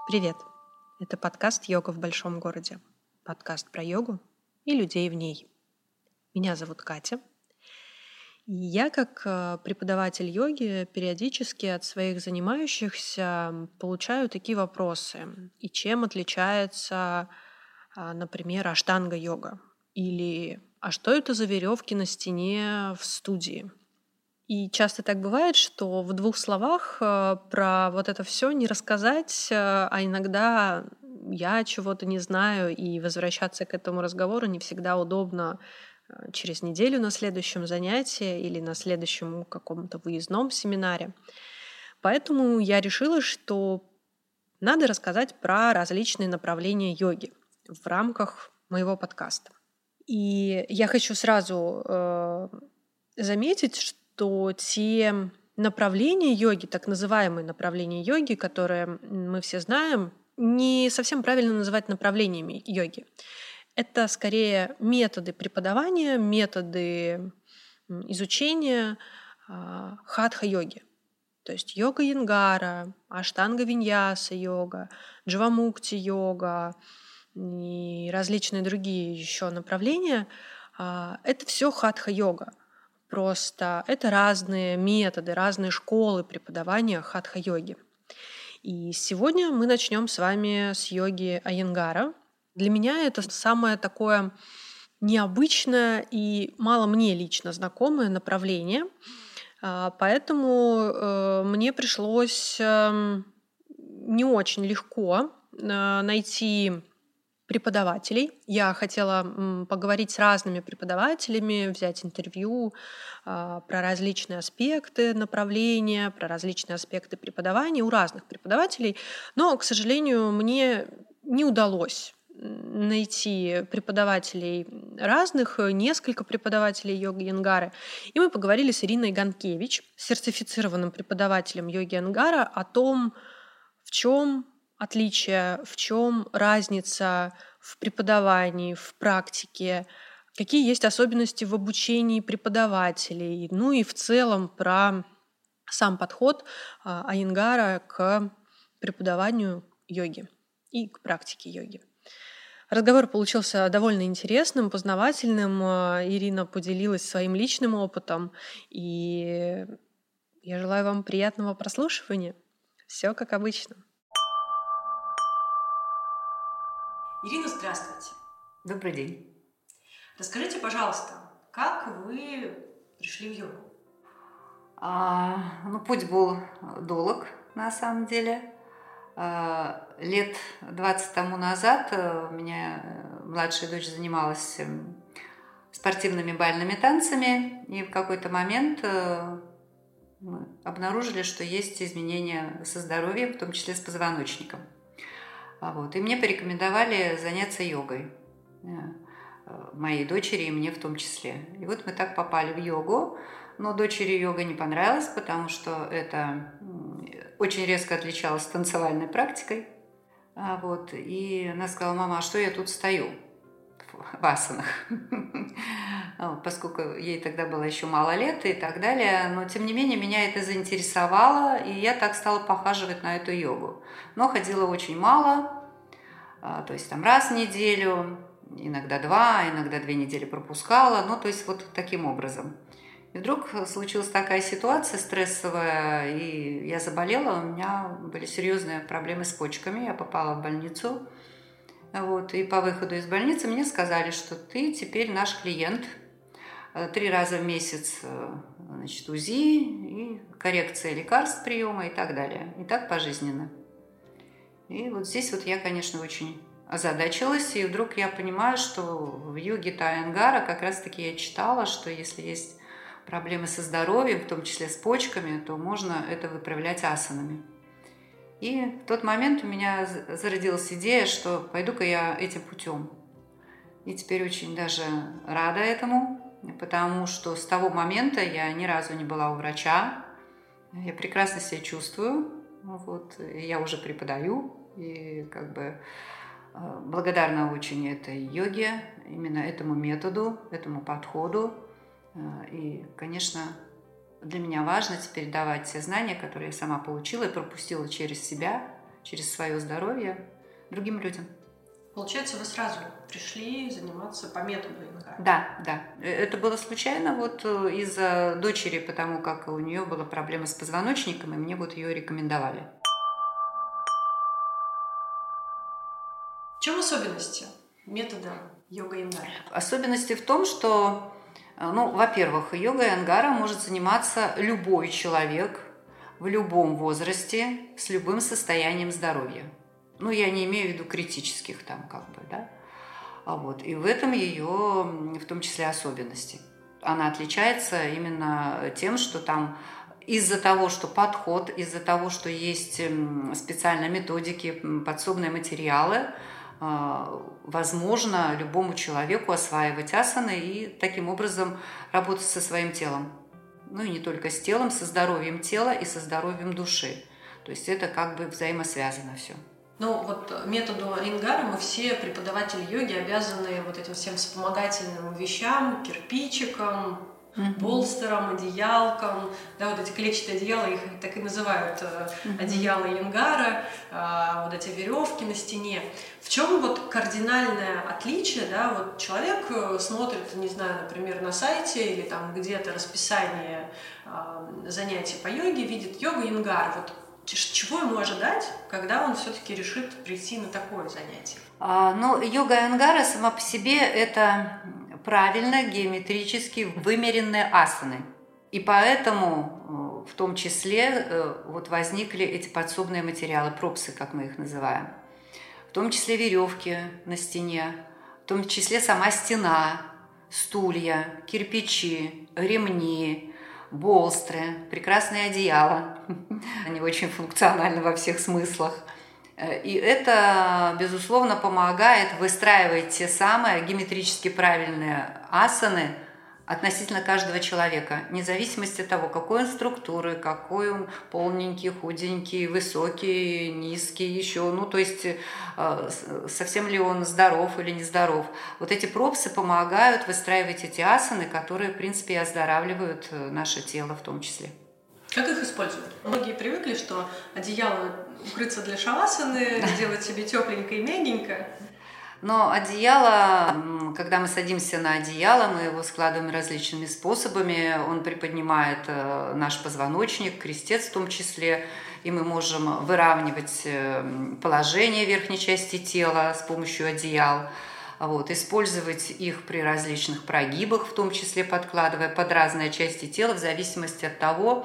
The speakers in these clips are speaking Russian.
Привет! Это подкаст «Йога в большом городе». Подкаст про йогу и людей в ней. Меня зовут Катя. И я, как преподаватель йоги, периодически от своих занимающихся получаю такие вопросы. И чем отличается, например, аштанга-йога? Или «А что это за веревки на стене в студии?» И часто так бывает, что в двух словах про вот это все не рассказать, а иногда я чего-то не знаю, и возвращаться к этому разговору не всегда удобно через неделю на следующем занятии или на следующем каком-то выездном семинаре. Поэтому я решила, что надо рассказать про различные направления йоги в рамках моего подкаста. И я хочу сразу заметить, что те направления йоги, так называемые направления йоги, которые мы все знаем, не совсем правильно называть направлениями йоги. Это скорее методы преподавания, методы изучения хатха-йоги. То есть йога Янгара, аштанга-виньяса йога, дживамукти-йога и различные другие еще направления. Это все хатха-йога. Просто это разные методы, разные школы преподавания хатха-йоги. И сегодня мы начнем с вами с йоги Айенгара. Для меня это самое такое необычное и мало мне лично знакомое направление. Поэтому мне пришлось не очень легко найти преподавателей. Я хотела поговорить с разными преподавателями, взять интервью про различные аспекты направления, про различные аспекты преподавания у разных преподавателей, но, к сожалению, мне не удалось найти преподавателей разных, несколько преподавателей йоги Янгары. И мы поговорили с Ириной Ганкевич, сертифицированным преподавателем йоги Янгара, о том, в чем отличие, в чем разница в преподавании, в практике, какие есть особенности в обучении преподавателей, ну и в целом про сам подход Айенгара к преподаванию йоги и к практике йоги. Разговор получился довольно интересным, познавательным. Ирина поделилась своим личным опытом, и я желаю вам приятного прослушивания. Все как обычно. Ирина, здравствуйте. Добрый день. Расскажите, пожалуйста, как вы пришли в йогу? Путь был долг, на самом деле. Лет 20 тому назад у меня младшая дочь занималась спортивными бальными танцами, и в какой-то момент мы обнаружили, что есть изменения со здоровьем, в том числе с позвоночником. И мне порекомендовали заняться йогой. Моей дочери и мне в том числе. И вот мы так попали в йогу, но дочери йога не понравилась, потому что это очень резко отличалось танцевальной практикой. И она сказала: мама, а что я тут стою в асанах? Поскольку ей тогда было еще мало лет и так далее, но тем не менее меня это заинтересовало, и я так стала похаживать на эту йогу. Но ходила очень мало, то есть там раз в неделю, иногда 2, иногда 2 недели пропускала, то есть вот таким образом. И вдруг случилась такая ситуация стрессовая, и я заболела, у меня были серьезные проблемы с почками, я попала в больницу. И по выходу из больницы мне сказали, что ты теперь наш клиент, 3 раза в месяц, УЗИ, и коррекция лекарств, приема и так далее. И так пожизненно. И вот здесь я, конечно, очень озадачилась, и вдруг я понимаю, что в йоге Айенгара как раз-таки я читала, что если есть проблемы со здоровьем, в том числе с почками, то можно это выправлять асанами. И в тот момент у меня зародилась идея, что пойду-ка я этим путем. И теперь очень даже рада этому, потому что с того момента я ни разу не была у врача. Я прекрасно себя чувствую, я уже преподаю, и благодарна очень этой йоге, именно этому методу, этому подходу. И, конечно, для меня важно теперь давать те знания, которые я сама получила и пропустила через себя, через свое здоровье другим людям. Получается, вы сразу пришли заниматься по методу Ингара? Да. Это было случайно вот из-за дочери, потому как у нее была проблема с позвоночником, и мне вот ее рекомендовали. В чем особенности метода йога Ингара? Особенности в том, что, во-первых, йогой Ингара может заниматься любой человек в любом возрасте с любым состоянием здоровья. Я не имею в виду критических там да. И в этом ее, в том числе, особенности. Она отличается именно тем, что там из-за того, что подход, из-за того, что есть специальные методики, подсобные материалы, возможно любому человеку осваивать асаны и таким образом работать со своим телом. И не только с телом, со здоровьем тела и со здоровьем души. То есть это как бы взаимосвязано все. Методу Ингара мы все, преподаватели йоги, обязаны вот этим всем вспомогательным вещам, кирпичикам, болстерам, одеялкам. Да, вот эти клетчатые одеяла, их так и называют одеяла Ингара, вот эти веревки на стене. В чем кардинальное отличие? Да, человек смотрит, не знаю, например, на сайте или там где-то расписание занятий по йоге, видит йога Ингара. Чего ему ожидать, когда он все-таки решит прийти на такое занятие? Йога Ингара сама по себе – это правильно геометрически вымеренные асаны. И поэтому в том числе возникли эти подсобные материалы, пропсы, как мы их называем. В том числе веревки на стене, в том числе сама стена, стулья, кирпичи, ремни, болстры, прекрасные одеяла. Они очень функциональны во всех смыслах. И это, безусловно, помогает выстраивать те самые геометрически правильные асаны относительно каждого человека, вне зависимости от того, какой он структуры, какой он полненький, худенький, высокий, низкий еще, то есть совсем ли он здоров или нездоров. Эти пропсы помогают выстраивать эти асаны, которые, в принципе, и оздоравливают наше тело в том числе. Как их используют? Многие привыкли, что одеяло укрыться для шавасаны, сделать себе тепленько и мягенько. Но одеяло, когда мы садимся на одеяло, мы его складываем различными способами. Он приподнимает наш позвоночник, крестец в том числе, и мы можем выравнивать положение верхней части тела с помощью одеял. Использовать их при различных прогибах, в том числе подкладывая под разные части тела, в зависимости от того,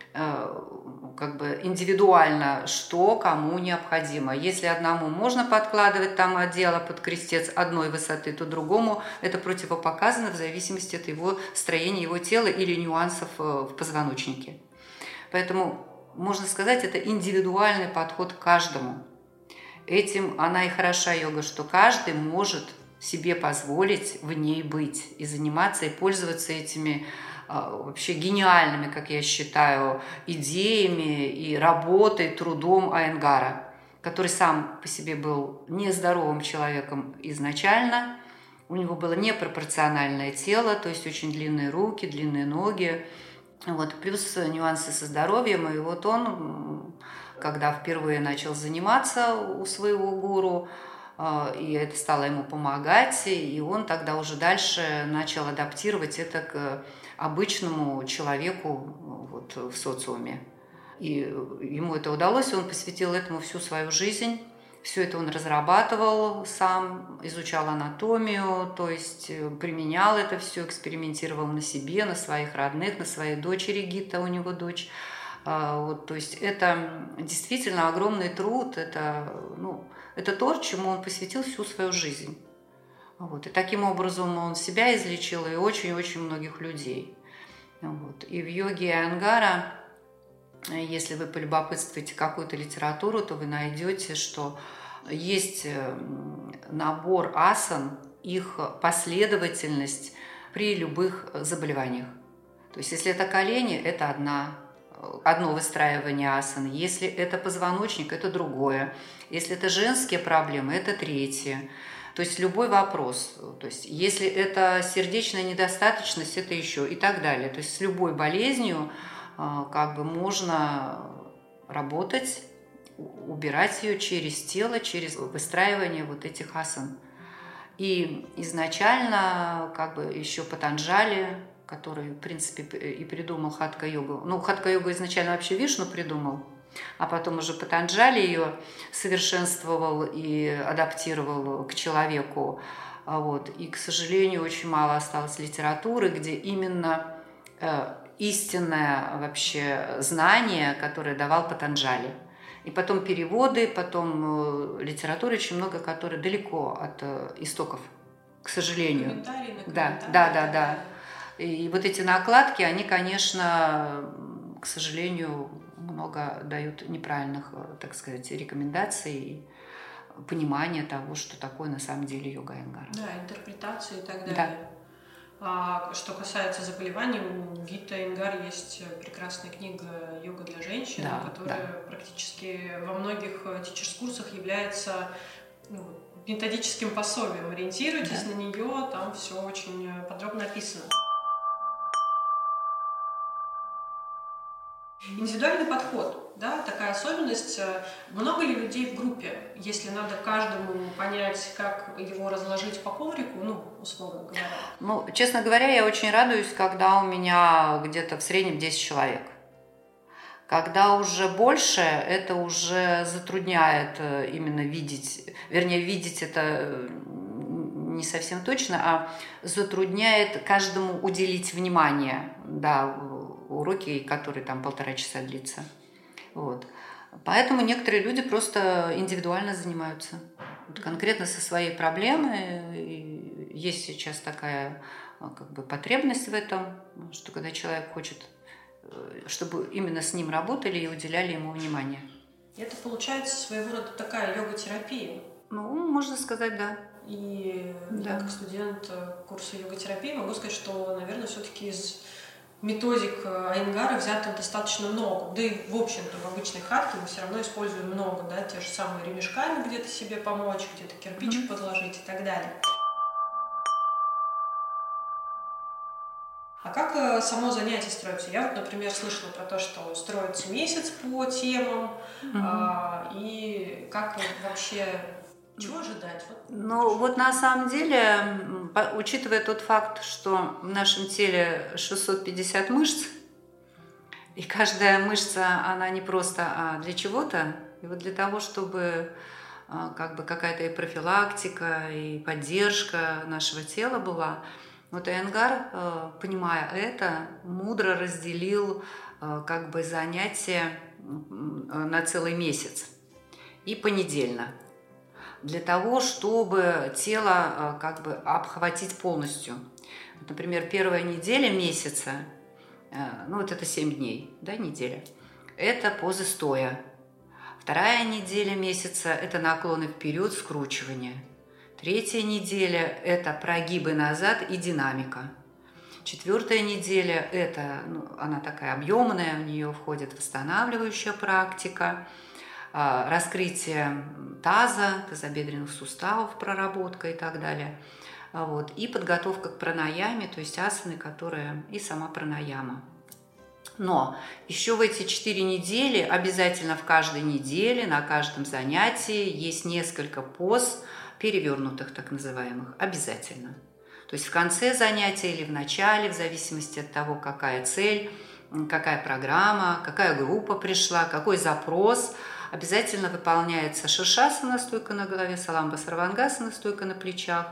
индивидуально, что кому необходимо. Если одному можно подкладывать там одеяло под крестец одной высоты, то другому это противопоказано в зависимости от его строения, его тела или нюансов в позвоночнике. Поэтому, можно сказать, это индивидуальный подход к каждому. Этим она и хороша йога, что каждый может себе позволить в ней быть и заниматься, и пользоваться этими вообще гениальными, как я считаю, идеями и работой, трудом Айенгара, который сам по себе был нездоровым человеком изначально. У него было непропорциональное тело, то есть очень длинные руки, длинные ноги. Плюс нюансы со здоровьем. И он, когда впервые начал заниматься у своего гуру, и это стало ему помогать, и он тогда уже дальше начал адаптировать это к обычному человеку в социуме. И ему это удалось, и он посвятил этому всю свою жизнь. Все это он разрабатывал сам, изучал анатомию, то есть применял это все, экспериментировал на себе, на своих родных, на своей дочери, Гита у него дочь. То есть это действительно огромный труд, это то, чему он посвятил всю свою жизнь. И таким образом он себя излечил и очень-очень многих людей. И в йоге Айенгара, если вы полюбопытствуете какую-то литературу, то вы найдете, что есть набор асан, их последовательность при любых заболеваниях. То есть если это колени, это одно выстраивание асаны. Если это позвоночник, это другое. Если это женские проблемы, это третье. То есть любой вопрос. То есть если это сердечная недостаточность, это еще и так далее. То есть с любой болезнью можно работать, убирать ее через тело, через выстраивание вот этих асан. И изначально как бы еще Патанджали, который, в принципе, и придумал хатха-йогу. Ну, хатха-йогу изначально вообще Вишну придумал, а потом уже Патанджали ее совершенствовал и адаптировал к человеку. Вот. И, к сожалению, очень мало осталось литературы, где именно истинное вообще знание, которое давал Патанджали. И потом переводы, потом литературы очень много, которая далеко от истоков, к сожалению. Да. И вот эти накладки, они, конечно, к сожалению, много дают неправильных, так сказать, рекомендаций и понимания того, что такое на самом деле йога Айенгара. Да, интерпретации и так далее. Да. А что касается заболеваний, у Гита Айенгар есть прекрасная книга «Йога для женщин», которая практически во многих тичерс-курсах является методическим пособием. Ориентируйтесь на нее, там все очень подробно описано. Индивидуальный подход, да, такая особенность. Много ли людей в группе, если надо каждому понять, как его разложить по коврику, условно говоря? Ну, честно говоря, я очень радуюсь, когда у меня где-то в среднем 10 человек. Когда уже больше, это уже затрудняет именно видеть, вернее, видеть это не совсем точно, а затрудняет каждому уделить внимание, уроки, которые там 1,5 часа длится. Вот. Поэтому некоторые люди просто индивидуально занимаются. Конкретно со своей проблемой. И есть сейчас такая потребность в этом, что когда человек хочет, чтобы именно с ним работали и уделяли ему внимание. Это получается своего рода такая йога-терапия. Ну, можно сказать, да. И я как студент курса йога-терапии могу сказать, что, наверное, все-таки из методик Айенгара взято достаточно много. Да и, в общем-то, в обычной хатке мы все равно используем много, те же самые ремешками где-то себе помочь, где-то кирпичик подложить и так далее. А как само занятие строится? Я например, слышала про то, что строится месяц по темам, и как вообще... Чего ожидать? На самом деле, учитывая тот факт, что в нашем теле 650 мышц, и каждая мышца, она не просто для чего-то, и вот для того, чтобы какая-то и профилактика, и поддержка нашего тела была, Айенгар, понимая это, мудро разделил занятия на целый месяц и понедельно. Для того, чтобы тело обхватить полностью. Например, первая неделя месяца, это 7 дней, неделя, это позы стоя. Вторая неделя месяца – это наклоны вперед, скручивание. Третья неделя – это прогибы назад и динамика. Четвертая неделя – это, она такая объемная, в нее входит восстанавливающая практика, раскрытие таза, тазобедренных суставов, проработка и так далее. И подготовка к пранаяме, то есть асаны, которая и сама пранаяма. Но еще в эти 4 недели, обязательно в каждой неделе, на каждом занятии есть несколько поз, перевернутых так называемых, обязательно. То есть в конце занятия или в начале, в зависимости от того, какая цель, какая программа, какая группа пришла, какой запрос, обязательно выполняется ширшасана, стойка на голове, саламба сарвангасана, стойка на плечах,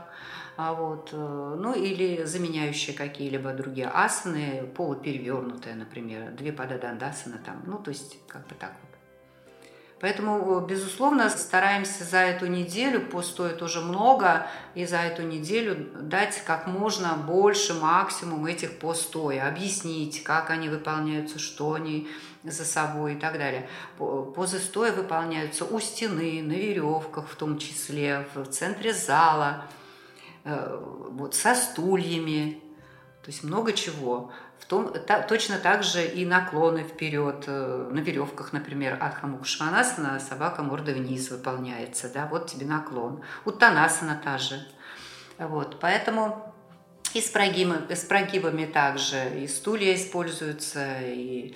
или заменяющие какие-либо другие асаны, полуперевернутые, например, 2 пададандасана, то есть так вот. Поэтому, безусловно, стараемся за эту неделю, пост стоит уже много, и за эту неделю дать как можно больше, максимум этих пост стоя, объяснить, как они выполняются, что они за собой и так далее. Позы стоя выполняются у стены, на веревках в том числе, в центре зала, со стульями, то есть много чего. Точно так же и наклоны вперед на веревках, например, Адха-Мукха-Шванасана, собака мордой вниз выполняется, тебе наклон. Уттанасана та же. Поэтому и с прогибами также, и стулья используются, и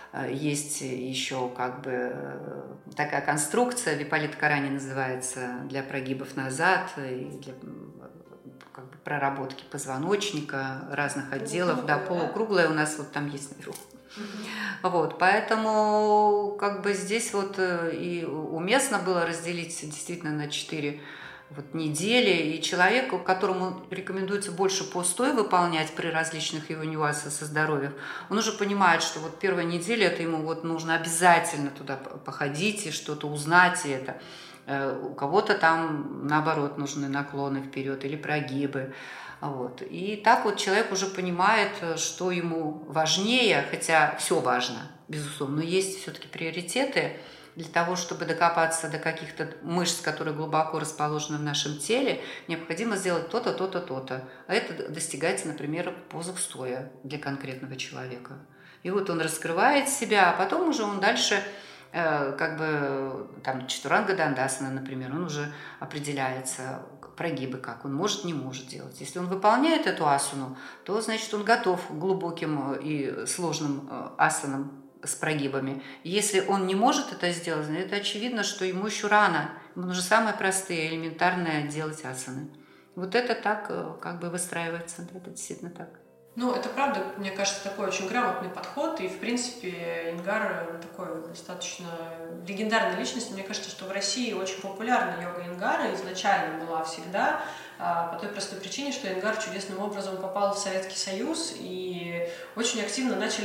Есть еще как бы такая конструкция, Випалит Карани называется, для прогибов назад и для как бы проработки позвоночника, разных отделов, да, полукруглая у нас вот там есть наверху. Вот, поэтому как бы здесь вот и уместно было разделить действительно на 4 вот недели, и человеку, которому рекомендуется больше постой выполнять при различных его нюансах со здоровьем, он уже понимает, что вот первая неделя это ему вот нужно обязательно туда походить и что-то узнать, и это у кого-то там наоборот нужны наклоны вперед или прогибы. Вот. И так вот человек уже понимает, что ему важнее, хотя все важно, безусловно, но есть все-таки приоритеты. Для того, чтобы докопаться до каких-то мышц, которые глубоко расположены в нашем теле, необходимо сделать то-то, то-то, то-то. А это достигается, например, в позах стоя для конкретного человека. И вот он раскрывает себя, а потом уже он дальше, как бы, там, Чатуранга Дандасана, например, он уже определяется, прогибы как он может, не может делать. Если он выполняет эту асану, то, значит, он готов к глубоким и сложным асанам с прогибами. Если он не может это сделать, это очевидно, что ему еще рано. Ему нужно самое простое, элементарное делать асаны. Вот это так как бы выстраивается. Это действительно так. Ну, это правда, мне кажется, такой очень грамотный подход. И, в принципе, Ингар такой достаточно легендарная личность. Мне кажется, что в России очень популярна йога Ингара. Изначально была всегда. По той простой причине, что Ингар чудесным образом попал в Советский Союз. И очень активно начали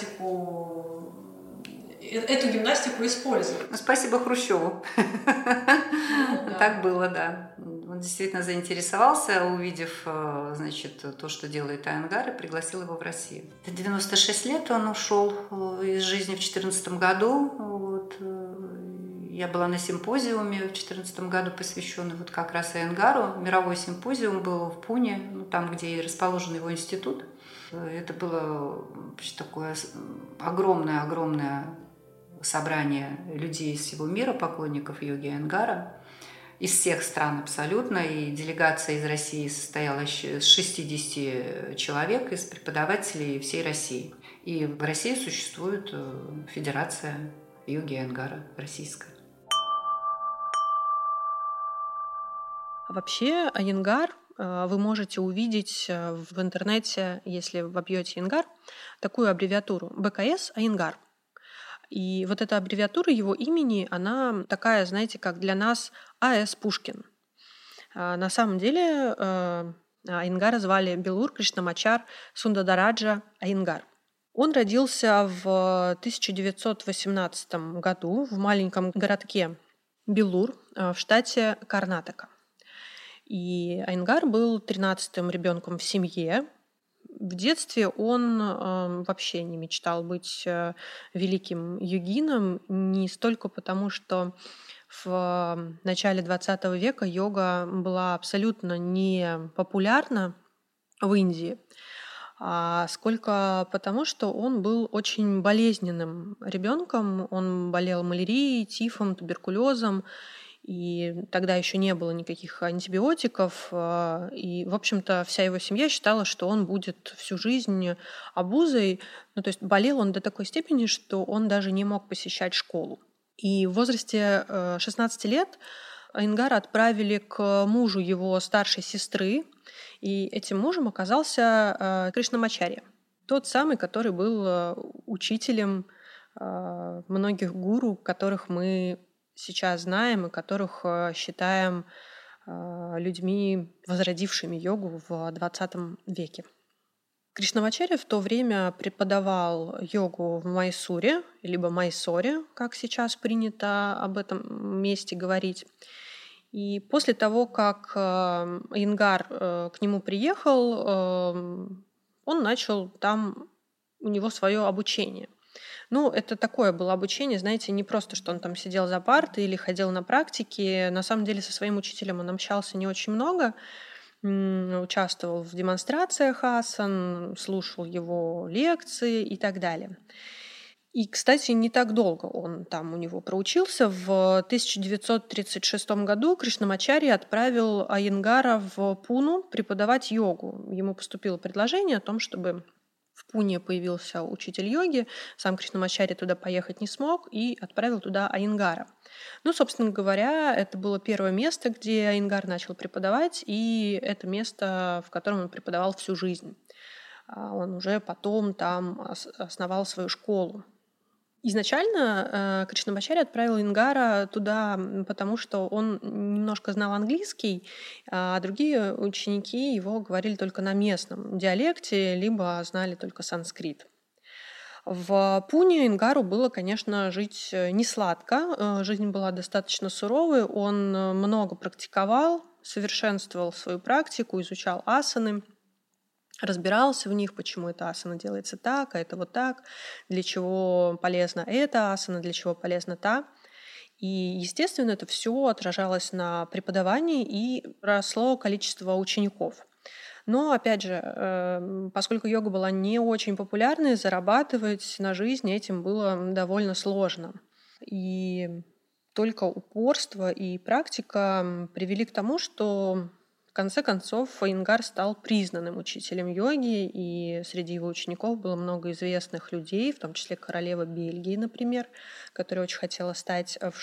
эту гимнастику использовать. Ну, спасибо Хрущеву. Так было, да. Он действительно заинтересовался, увидев, значит, то, что делает Айенгар, и пригласил его в Россию. В 96 лет он ушел из жизни в 2014 году. Вот. Я была на симпозиуме в 2014 году, посвященный вот как раз Айенгару. Мировой симпозиум был в Пуне, там, где расположен его институт. Это было такое огромное собрание людей из всего мира, поклонников йоги Айенгара, из всех стран абсолютно, и делегация из России состояла из 60 человек, из преподавателей всей России. И в России существует Федерация йоги Айенгара российская. Вообще Айенгар вы можете увидеть в интернете, если вобьете Айенгар, такую аббревиатуру БКС Айенгар. И вот эта аббревиатура его имени, она такая, знаете, как для нас А.С. Пушкин. На самом деле Айенгара звали Белур Кришнамачар Сундараджа Айенгар. Он родился в 1918 году в маленьком городке Белур в штате Карнатака. И Айенгар был 13-м ребенком в семье. В детстве он вообще не мечтал быть великим йогином, не столько потому, что в начале 20 века йога была абсолютно не популярна в Индии, сколько потому, что он был очень болезненным ребенком. Он болел малярией, тифом, туберкулезом. И тогда еще не было никаких антибиотиков. И, в общем-то, вся его семья считала, что он будет всю жизнь обузой. Ну, то есть болел он до такой степени, что он даже не мог посещать школу. И в возрасте 16 лет Айенгара отправили к мужу его старшей сестры. И этим мужем оказался Кришнамачарья. Тот самый, который был учителем многих гуру, которых мы сейчас знаем и которых считаем людьми, возродившими йогу в 20 веке. Кришнамачарья в то время преподавал йогу в Майсуре, либо Майсоре, как сейчас принято об этом месте говорить. И после того, как Айенгар к нему приехал, он начал там у него свое обучение. Ну, это такое было обучение, знаете, не просто, что он там сидел за партой или ходил на практики. На самом деле со своим учителем он общался не очень много, участвовал в демонстрациях асан, слушал его лекции и так далее. И, кстати, не так долго он там у него проучился. В 1936 году Кришнамачарья отправил Айенгара в Пуну преподавать йогу. Ему поступило предложение о том, чтобы в Пуне появился учитель йоги, сам Кришнамачарья туда поехать не смог и отправил туда Айенгара. Ну, собственно говоря, это было первое место, где Айенгар начал преподавать, и это место, в котором он преподавал всю жизнь. Он уже потом там основал свою школу. Изначально Кришнамачарья отправил Ингара туда, потому что он немножко знал английский, а другие ученики его говорили только на местном диалекте, либо знали только санскрит. В Пуне Ингару было, конечно, жить не сладко. Жизнь была достаточно суровой. Он много практиковал, совершенствовал свою практику, изучал асаны, разбирался в них, почему эта асана делается так, а это вот так, для чего полезна эта асана, для чего полезна та. И, естественно, это все отражалось на преподавании и росло количество учеников. Но, опять же, поскольку йога была не очень популярной, зарабатывать на жизнь этим было довольно сложно. И только упорство и практика привели к тому, что в конце концов Айенгар стал признанным учителем йоги, и среди его учеников было много известных людей, в том числе королева Бельгии, например, которая очень хотела стать в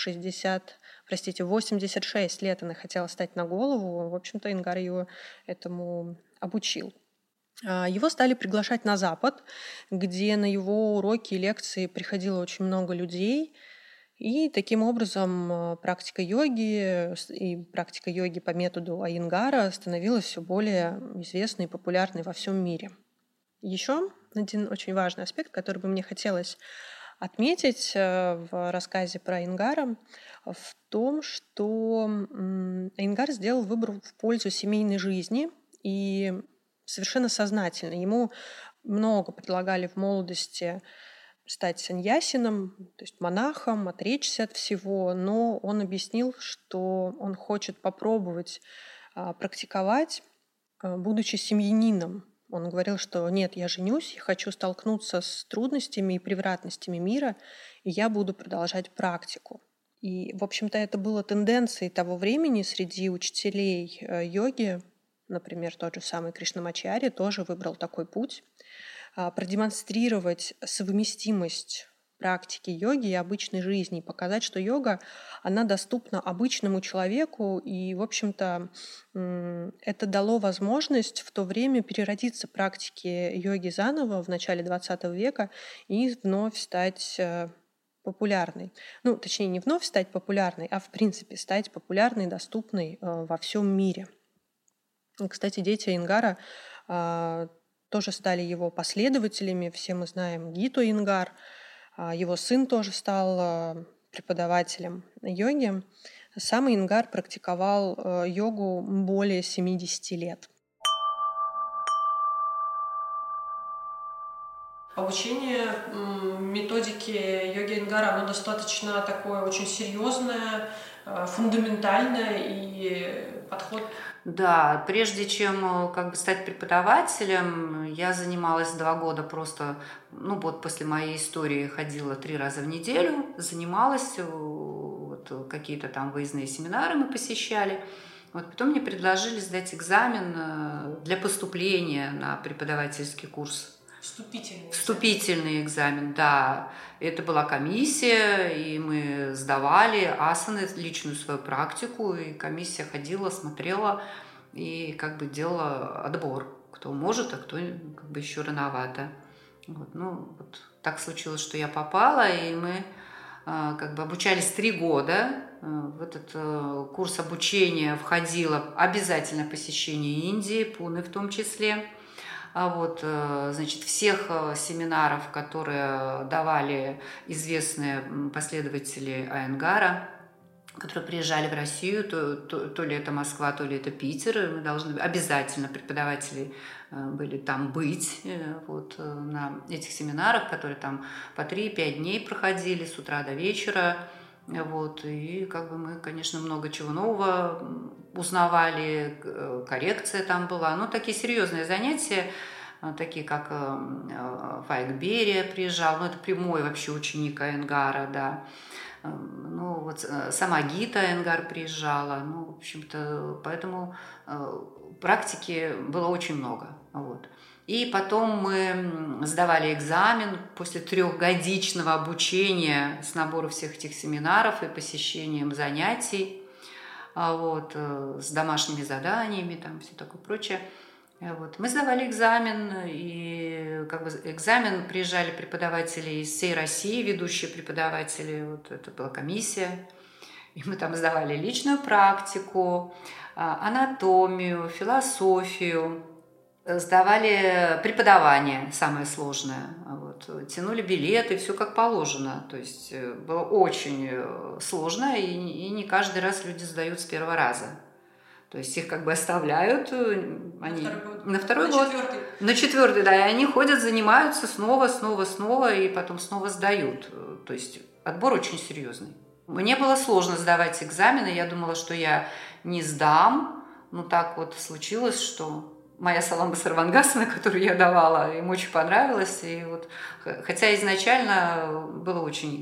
86 лет она хотела стать на голову. В общем-то, Айенгар ее этому обучил. Его стали приглашать на Запад, где на его уроки и лекции приходило очень много людей. И таким образом практика йоги и практика йоги по методу Айенгара становилась все более известной и популярной во всем мире. Еще один очень важный аспект, который бы мне хотелось отметить в рассказе про Айенгара, в том, что Айенгар сделал выбор в пользу семейной жизни и совершенно сознательно. Ему много предлагали в молодости стать саньясином, то есть монахом, отречься от всего, но он объяснил, что он хочет попробовать практиковать, будучи семьянином. Он говорил, что нет, я женюсь, я хочу столкнуться с трудностями и превратностями мира, и я буду продолжать практику. И, в общем-то, это было тенденцией того времени среди учителей йоги. Например, тот же самый Кришнамачарья тоже выбрал такой путь. Продемонстрировать совместимость практики йоги и обычной жизни, показать, что йога, она доступна обычному человеку, и, в общем-то, это дало возможность в то время переродиться практике йоги заново в начале 20 века и вновь стать популярной. Ну, точнее, не вновь стать популярной, а в принципе стать популярной, доступной во всем мире. И, кстати, дети Айенгара тоже стали его последователями. Все мы знаем Гиту Айенгар. Его сын тоже стал преподавателем йоги. Сам Айенгар практиковал йогу более 70 лет. Обучение методики йоги Айенгара, оно достаточно такое очень серьезное, фундаментальное, и подход. Да, прежде чем стать преподавателем, я занималась 2 года просто, после моей истории ходила 3 раза в неделю, занималась, какие-то там выездные семинары мы посещали. Потом мне предложили сдать экзамен для поступления на преподавательский курс. Вступительный экзамен, да. Это была комиссия, и мы сдавали асаны, личную свою практику, и комиссия ходила, смотрела и делала отбор, кто может, а кто еще рановато. Так случилось, что я попала, и мы обучались 3 года. В этот курс обучения входило обязательно посещение Индии, Пуны в том числе. Всех семинаров, которые давали известные последователи Айенгара, которые приезжали в Россию, то ли это Москва, то ли это Питер, мы должны обязательно, преподаватели были там быть на этих семинарах, которые там по 3-5 дней проходили с утра до вечера. И мы, конечно, много чего нового узнавали, коррекция там была. Такие серьезные занятия, такие как Файк Берия приезжал, это прямой вообще ученик Айенгара, да. Сама Гита Айенгар приезжала, в общем-то, поэтому практики было очень много. И потом мы сдавали экзамен после 3-годичного обучения с набора всех этих семинаров и посещением занятий, с домашними заданиями, там все такое прочее. Мы сдавали экзамен, и экзамен приезжали преподаватели из всей России, ведущие преподаватели, это была комиссия, и мы там сдавали личную практику, анатомию, философию, сдавали преподавание, самое сложное, тянули билеты, все как положено, то есть было очень сложно, и не каждый раз люди сдают с первого раза. То есть их оставляют, они на второй год, на четвертый, да, и они ходят, занимаются снова, и потом снова сдают. То есть отбор очень серьезный. Мне было сложно сдавать экзамены, я думала, что я не сдам, но так случилось, что моя саламба сарвангасана, которую я давала, им очень понравилась, и хотя изначально было очень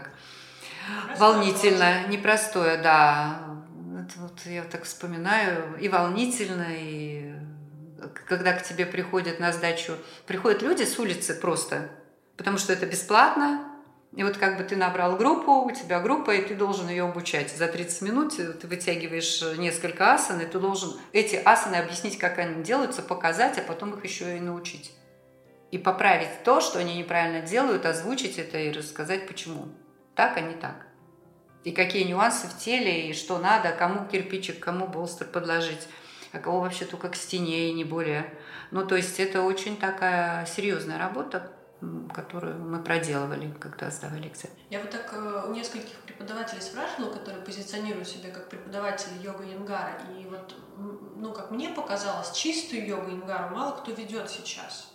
волнительно, непростое, да. Я так вспоминаю, и волнительно, и когда к тебе приходят люди с улицы просто, потому что это бесплатно, и ты набрал группу, у тебя группа, и ты должен ее обучать. За 30 минут ты вытягиваешь несколько асан, и ты должен эти асаны объяснить, как они делаются, показать, а потом их еще и научить. И поправить то, что они неправильно делают, озвучить это и рассказать, почему. Так, а не так. И какие нюансы в теле, и что надо, кому кирпичик, кому болстер подложить, а кого вообще только к стене, и не более. То есть это очень такая серьезная работа, которую мы проделывали, когда сдавали экзамен. Я у нескольких преподавателей спрашивала, которые позиционируют себя как преподаватели йога Иенгара, и как мне показалось, чистую йогу Иенгару мало кто ведет сейчас.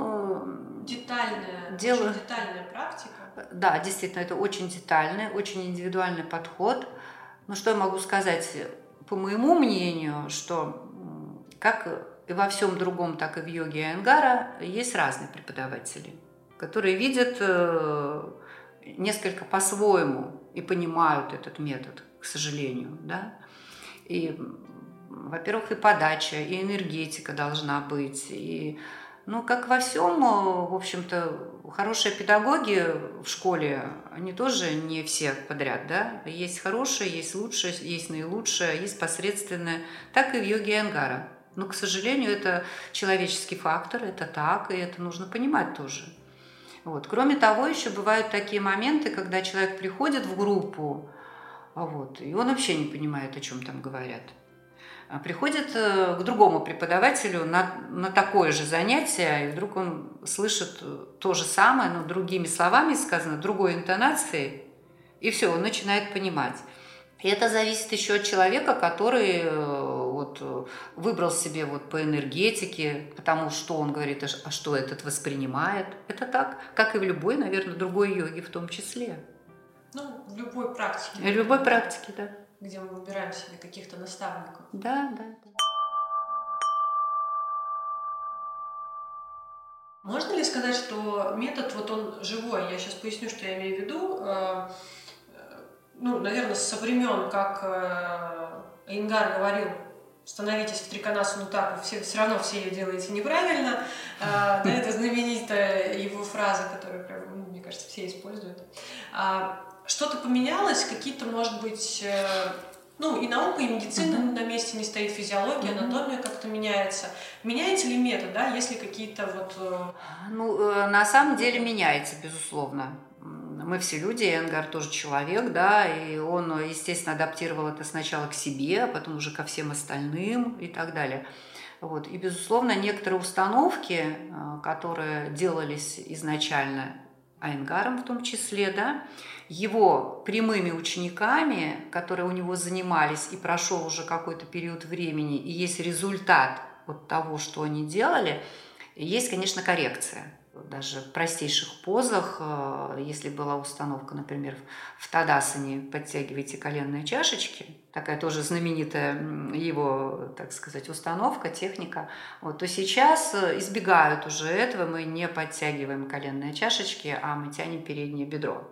Детальная практика. Да, действительно, это очень детальный, очень индивидуальный подход. Но что я могу сказать? По моему мнению, что как и во всем другом, так и в йоге Иенгара есть разные преподаватели, которые видят несколько по-своему и понимают этот метод, к сожалению. Да? И, во-первых, и подача, и энергетика должна быть, и как во всем, в общем-то, хорошие педагоги в школе, они тоже не все подряд, да? Есть хорошие, есть лучшие, есть наилучшие, есть посредственные, так и в йоге Иенгара. Но, к сожалению, это человеческий фактор, это так, и это нужно понимать тоже. Кроме того, еще бывают такие моменты, когда человек приходит в группу, и он вообще не понимает, о чем там говорят. Приходит к другому преподавателю на такое же занятие, и вдруг он слышит то же самое, но другими словами сказано, другой интонацией, и все, он начинает понимать. И это зависит еще от человека, который выбрал себе по энергетике, потому что он говорит, а что этот воспринимает. Это так, как и в любой, наверное, другой йоге в том числе. В любой практике. В любой практике, да. Где мы выбираем себе каких-то наставников. Да. Можно ли сказать, что метод, он живой? Я сейчас поясню, что я имею в виду. Наверное, со времен, как Иенгар говорил, становитесь в триконасану так, все равно все ее делаете неправильно. Это знаменитая его фраза, которую, мне кажется, все используют. Что-то поменялось, какие-то, может быть, и наука, и медицина на месте не стоит, физиология, анатомия как-то меняется. Меняется ли метод, да, есть ли какие-то на самом деле меняется, безусловно. Мы все люди, Иенгар тоже человек, да, и он, естественно, адаптировал это сначала к себе, а потом уже ко всем остальным и так далее. И, безусловно, некоторые установки, которые делались изначально Иенгаром в том числе, да, его прямыми учениками, которые у него занимались, и прошел уже какой-то период времени, и есть результат того, что они делали, есть, конечно, коррекция. Даже в простейших позах, если была установка, например, в тадасане «подтягивайте коленные чашечки», такая тоже знаменитая его, так сказать, установка, техника, то сейчас избегают уже этого, мы не подтягиваем коленные чашечки, а мы тянем переднее бедро.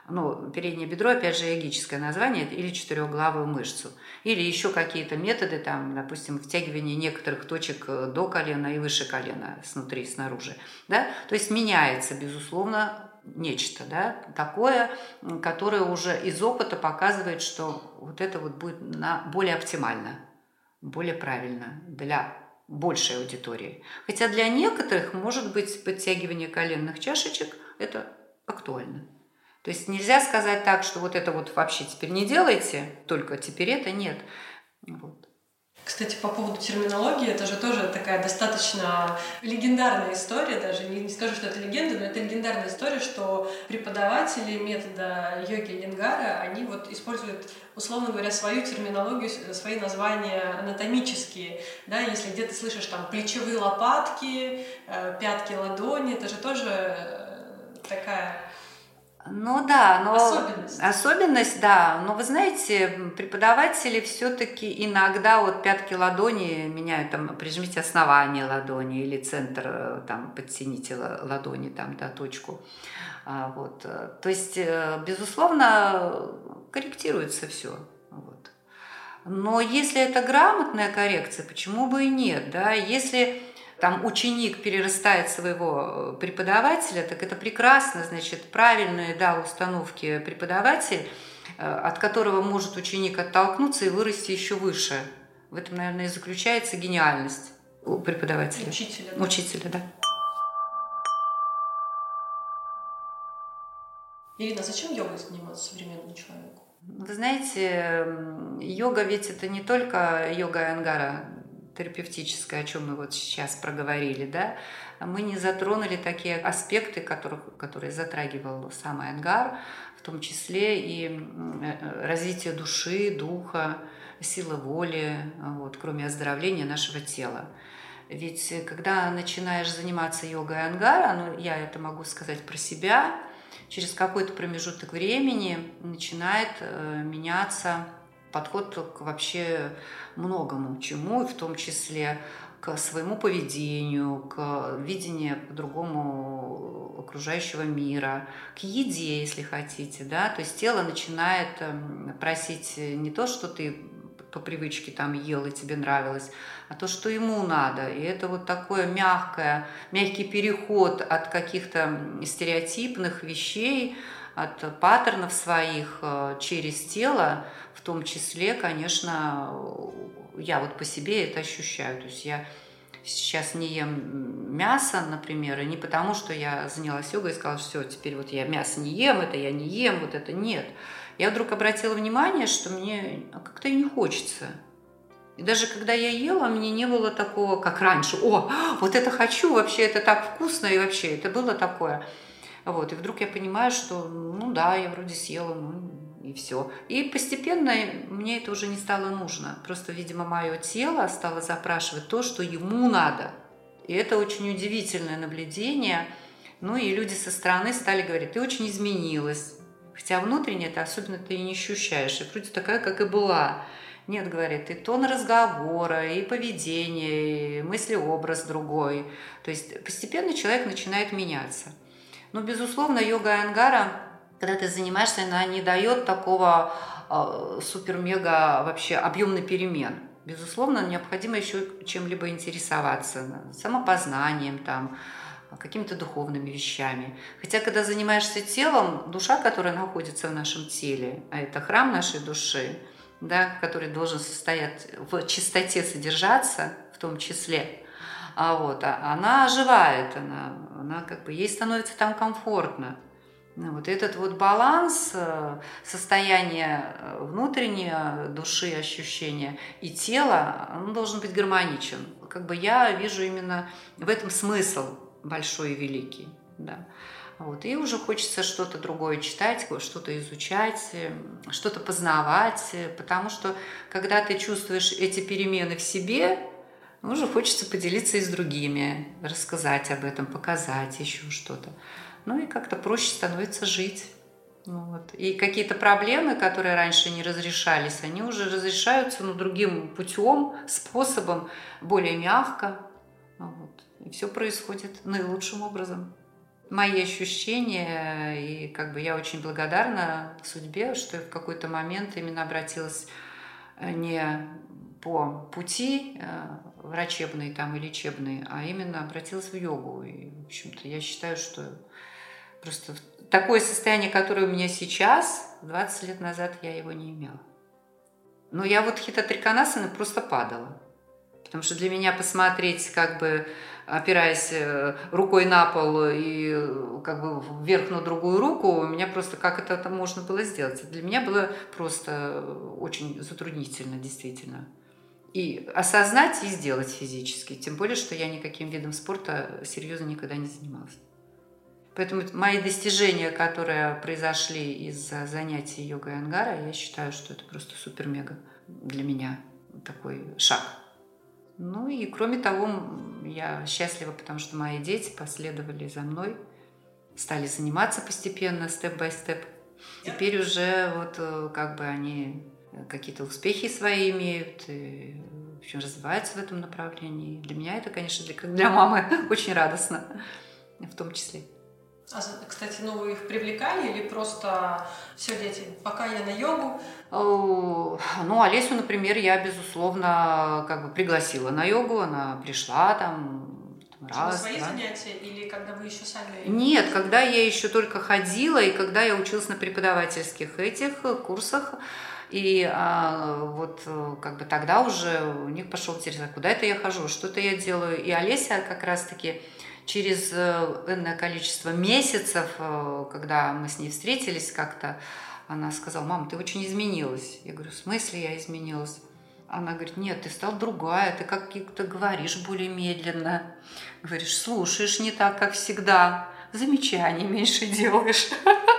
Ну, переднее бедро, опять же, йогическое название, или четырехглавую мышцу. Или еще какие-то методы, там, допустим, втягивание некоторых точек до колена и выше колена, снутри и снаружи. Да? То есть меняется, безусловно, нечто, да, такое, которое уже из опыта показывает, что вот это вот будет более оптимально, более правильно для большей аудитории. Хотя для некоторых, может быть, подтягивание коленных чашечек – это актуально. То есть нельзя сказать так, что вот это вот вообще теперь не делайте, только теперь это нет. Вот. Кстати, по поводу терминологии, это же тоже такая достаточно легендарная история, даже не скажу, что это легенда, но это легендарная история, что преподаватели метода йоги Ленгара, они вот используют, условно говоря, свою терминологию, свои названия анатомические, да, если где-то слышишь там плечевые лопатки, пятки, ладони, это же тоже такая... Ну да, но особенность, да. Но вы знаете, преподаватели все-таки иногда вот пятки ладони меняют, там, прижмите основание ладони или центр, там, подтяните ладони, там, да, точку. Вот. То есть, безусловно, корректируется все. Вот. Но если это грамотная коррекция, почему бы и нет, да? Если там ученик перерастает своего преподавателя, так это прекрасно, значит, правильные, да, установки преподаватель, от которого может ученик оттолкнуться и вырасти еще выше. В этом, наверное, и заключается гениальность у преподавателя. Учителя, да. Ирина, зачем йогой заниматься современному человеку? Вы знаете, йога ведь это не только йога Айенгара, терапевтическое, о чем мы вот сейчас проговорили, да, мы не затронули такие аспекты, которые затрагивал сам Айенгар, в том числе и развитие души, духа, силы воли, вот, кроме оздоровления нашего тела. Ведь когда начинаешь заниматься йогой Айенгара, ну, я это могу сказать про себя, через какой-то промежуток времени начинает меняться подход к вообще многому чему, в том числе к своему поведению, к видению по-другому окружающего мира, к еде, если хотите, да, то есть тело начинает просить не то, что ты по привычке там ел и тебе нравилось, а то, что ему надо. И это вот такой мягкий переход от каких-то стереотипных вещей, от паттернов своих через тело, в том числе, конечно, я вот по себе это ощущаю. То есть я сейчас не ем мясо, например, и не потому, что я занялась йогой и сказала, все, теперь вот я мясо не ем, это я не ем, вот это нет. Я вдруг обратила внимание, что мне как-то и не хочется. И даже когда я ела, мне не было такого, как раньше. О, вот это хочу, вообще это так вкусно, и вообще это было такое. Вот, и вдруг я понимаю, что, ну да, я вроде съела, ну и все. И постепенно мне это уже не стало нужно. Просто, видимо, мое тело стало запрашивать то, что ему надо. И это очень удивительное наблюдение. Ну и люди со стороны стали говорить, ты очень изменилась. Хотя внутренне это особенно ты и не ощущаешь. И вроде такая, как и была. Нет, говорит, и тон разговора, и поведение, и мыслеобраз другой. То есть постепенно человек начинает меняться. Но, безусловно, йога Айенгара, когда ты занимаешься, она не дает такого супер-мега вообще объемных перемен. Безусловно, необходимо еще чем-либо интересоваться, самопознанием, там, какими-то духовными вещами. Хотя, когда занимаешься телом, душа, которая находится в нашем теле, а это храм нашей души, да, который должен состоять в чистоте, содержаться в том числе, она оживает, она как бы, ей становится там комфортно. Вот этот вот баланс состояния внутренней души, ощущения и тела, он должен быть гармоничен. Как бы я вижу именно в этом смысл большой и великий. Да. Вот. И уже хочется что-то другое читать, что-то изучать, что-то познавать, потому что когда ты чувствуешь эти перемены в себе, уже хочется поделиться и с другими, рассказать об этом, показать еще что-то. Ну и как-то проще становится жить. Вот. И какие-то проблемы, которые раньше не разрешались, они уже разрешаются, но другим путем, способом, более мягко. Вот. И все происходит наилучшим образом. мои ощущения, и как бы я очень благодарна судьбе, что я в какой-то момент именно обратилась не по пути врачебной там и лечебной, а именно обратилась в йогу. И, в общем-то, я считаю, что просто такое состояние, которое у меня сейчас, 20 лет назад я его не имела. Но я вот хитотриконасана просто падала. Потому что для меня посмотреть, как бы опираясь рукой на пол и как бы вверх на другую руку, у меня просто как это можно было сделать. Для меня было просто очень затруднительно, действительно. И осознать, и сделать физически. Тем более, что я никаким видом спорта серьезно никогда не занималась. Поэтому мои достижения, которые произошли из-за занятий йогой Ангара, я считаю, что это просто супер-мега для меня такой шаг. Ну и кроме того, я счастлива, потому что мои дети последовали за мной, стали заниматься постепенно, степ-бай-степ. Теперь уже вот как бы они какие-то успехи свои имеют, и, в общем, развиваются в этом направлении. Для меня это, конечно, для мамы очень радостно, в том числе. А, кстати, вы их привлекали или просто все, дети, пока я на йогу? Ну, Олесю, например, я, безусловно, как бы пригласила на йогу, она пришла там раз. На свои занятия или когда вы еще сами? Нет, когда я еще только ходила и когда я училась на преподавательских этих курсах. И вот как бы тогда уже у них пошел интерес, куда это я хожу, что это я делаю. И Олеся как раз-таки через энное количество месяцев, когда мы с ней встретились как-то, она сказала: мам, ты очень изменилась. Я говорю: в смысле я изменилась? Она говорит: нет, ты стала другая, ты как-то говоришь более медленно, говоришь, слушаешь не так, как всегда, замечаний меньше делаешь.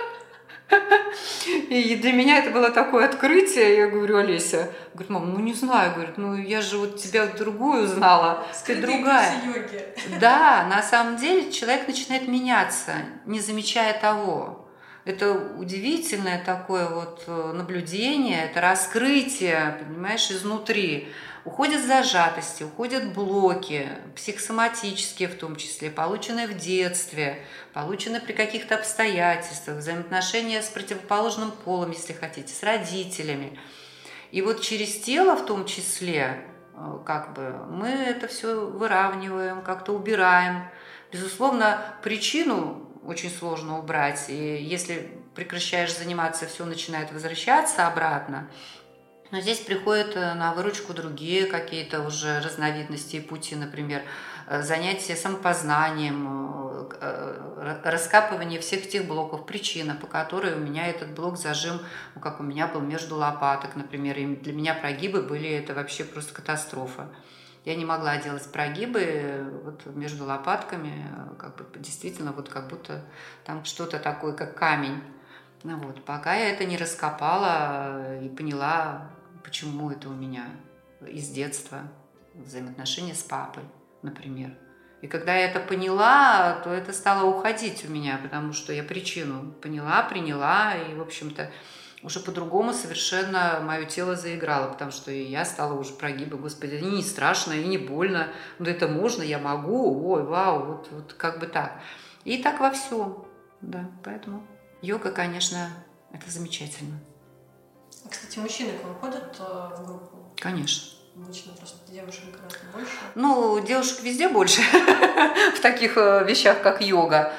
И для меня это было такое открытие. Я говорю: Олеся, говорит, мам, не знаю, говорит, я же вот тебя другую знала, ты другая. Да, на самом деле человек начинает меняться, не замечая того. Это удивительное такое вот наблюдение, это раскрытие, понимаешь, изнутри. Уходят зажатости, уходят блоки, психосоматические в том числе, полученные в детстве, полученные при каких-то обстоятельствах, взаимоотношения с противоположным полом, если хотите, с родителями. И вот через тело в том числе, как бы, мы это все выравниваем, как-то убираем. Безусловно, причину очень сложно убрать, и если прекращаешь заниматься, все начинает возвращаться обратно. Но здесь приходят на выручку другие какие-то уже разновидности и пути, например, занятия самопознанием, раскапывание всех тех блоков, причина, по которой у меня этот блок зажим, как у меня был между лопаток, например, и для меня прогибы были это вообще просто катастрофа. Я не могла делать прогибы вот между лопатками, как бы действительно вот как будто там что-то такое, как камень. Вот, пока я это не раскопала и поняла, почему это у меня из детства, взаимоотношения с папой, например. И когда я это поняла, то это стало уходить у меня, потому что я причину поняла, приняла, и, в общем-то, уже по-другому совершенно мое тело заиграло, потому что и я стала уже прогибы, господи, и не страшно, и не больно, это можно, я могу, ой, вау, вот как бы так. И так во всем, да, поэтому йога, конечно, это замечательно. Кстати, мужчины к вам ходят в группу? Конечно. Обычно просто девушек гораздо больше. Девушек везде больше в таких вещах, как йога.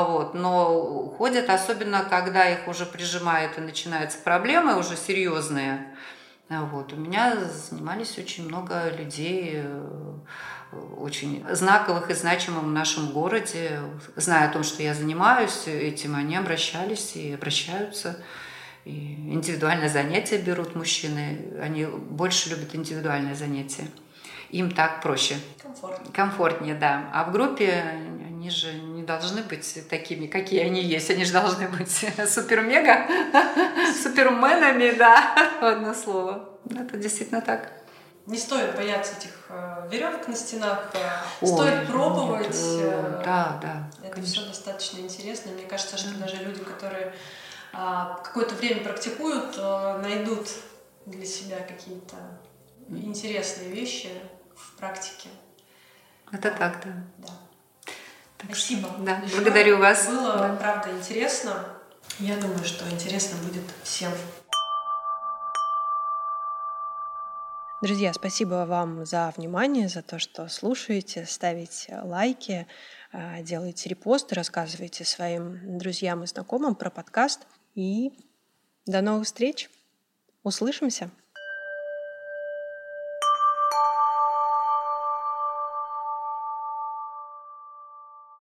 Но ходят, особенно когда их уже прижимает и начинаются проблемы уже серьезные. У меня занимались очень много людей, очень знаковых и значимых в нашем городе. Зная о том, что я занимаюсь этим, они обращались и обращаются. И индивидуальные занятия берут мужчины. Они больше любят индивидуальные занятия. Им так проще. Комфортнее, да. А в группе они же не должны быть такими, какие они есть. Они же должны быть супер-мега, суперменами, да. Одно слово. Это действительно так. Не стоит бояться этих веревок на стенах. Стоит пробовать. Да. Это все достаточно интересно. Мне кажется, что даже люди, которые какое-то время практикуют, найдут для себя какие-то интересные вещи в практике. Это так, да. Спасибо. Да, благодарю вас. Было, правда, интересно. Я думаю, что интересно будет всем. Друзья, спасибо вам за внимание, за то, что слушаете, ставите лайки, делаете репосты, рассказываете своим друзьям и знакомым про подкаст. И до новых встреч. Услышимся.